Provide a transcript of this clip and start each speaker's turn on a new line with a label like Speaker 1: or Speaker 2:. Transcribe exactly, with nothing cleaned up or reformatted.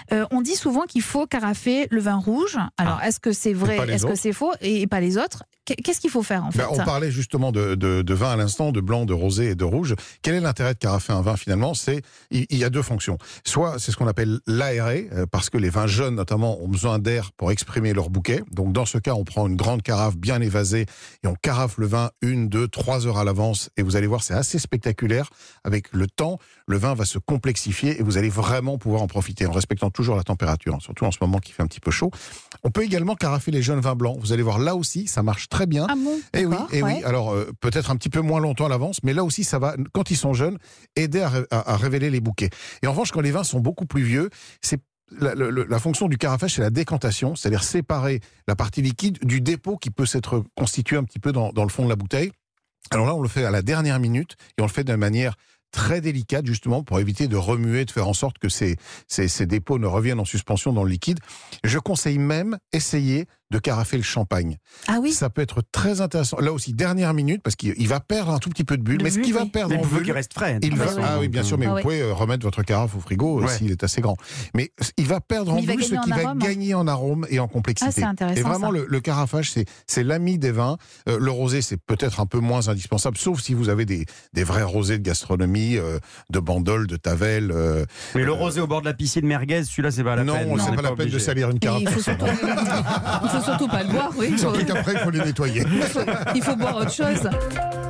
Speaker 1: Euh, on dit souvent qu'il faut carafer le vin rouge. Alors, ah. est-ce que c'est vrai, est-ce que c'est faux et, et pas les autres? Qu'est-ce qu'il faut faire en fait?
Speaker 2: Ben, on parlait justement de, de, de vin à l'instant, de blanc, de rosé et de rouge. Quel est l'intérêt de carafer un vin finalement? C'est, il, il y a deux fonctions. Soit c'est ce qu'on appelle l'aérer, euh, parce que les vins jeunes notamment ont besoin d'air pour exprimer leur bouquet. Donc dans ce cas, on prend une grande carafe bien évasée et on carafe le vin une, deux, trois heures à l'avance. Et vous allez voir, c'est assez spectaculaire. Avec le temps, le vin va se complexifier et vous allez vraiment pouvoir en profiter en respectant toujours la température, hein, surtout en ce moment qui fait un petit peu chaud. On peut également carafer les jeunes vins blancs. Vous allez voir, là aussi, ça marche très bien.
Speaker 1: Ah bon,
Speaker 2: et oui, et
Speaker 1: ouais.
Speaker 2: oui. Alors euh, peut-être un petit peu moins longtemps à l'avance, mais là aussi, ça va, quand ils sont jeunes, aider à, à, à révéler les bouquets. Et en revanche, quand les vins sont beaucoup plus vieux, c'est La, la, la fonction du carafage, c'est la décantation, c'est-à-dire séparer la partie liquide du dépôt qui peut s'être constitué un petit peu dans, dans le fond de la bouteille. Alors là, on le fait à la dernière minute et on le fait de manière très délicate, justement, pour éviter de remuer, de faire en sorte que ces, ces, ces dépôts ne reviennent en suspension dans le liquide. Je conseille même essayer de carafer le champagne.
Speaker 1: Ah oui.
Speaker 2: Ça peut être très intéressant. Là aussi, dernière minute, parce qu'il va perdre un tout petit peu de bulle.
Speaker 1: De
Speaker 2: mais ce
Speaker 1: bulle,
Speaker 2: qu'il va
Speaker 1: oui.
Speaker 2: perdre
Speaker 3: mais
Speaker 2: en
Speaker 3: il faut
Speaker 2: bulle,
Speaker 3: qu'il reste frais.
Speaker 2: il
Speaker 3: Ah,
Speaker 2: va,
Speaker 3: oui.
Speaker 2: ah oui, bien sûr, mais
Speaker 1: ah,
Speaker 2: vous
Speaker 1: oui.
Speaker 2: pouvez euh, remettre votre carafe au frigo
Speaker 3: Ouais.
Speaker 2: s'il est assez grand. Mais il va perdre
Speaker 1: Mais
Speaker 2: en
Speaker 1: il va
Speaker 2: bulle ce
Speaker 1: gagner
Speaker 2: qui
Speaker 1: en
Speaker 2: va
Speaker 1: arôme.
Speaker 2: gagner en arôme et en complexité.
Speaker 1: Ah, c'est intéressant,
Speaker 2: et vraiment,
Speaker 1: ça.
Speaker 2: le, le carafage, c'est, c'est l'ami des vins. Euh, le rosé, c'est peut-être un peu moins indispensable, sauf si vous avez des, des vrais rosés de gastronomie, euh, de Bandol, de Tavel. Euh,
Speaker 3: Mais le rosé au bord de la piscine merguez, celui-là, c'est pas la
Speaker 2: non,
Speaker 3: peine.
Speaker 2: c'est
Speaker 1: Non,
Speaker 2: pas la peine de
Speaker 3: obligé.
Speaker 2: salir une
Speaker 1: Et
Speaker 2: carafe.
Speaker 1: il faut surtout, il faut surtout pas le boire, oui. Il faut,
Speaker 2: Surtout qu'après, il faut les nettoyer.
Speaker 1: il faut, il faut boire autre chose.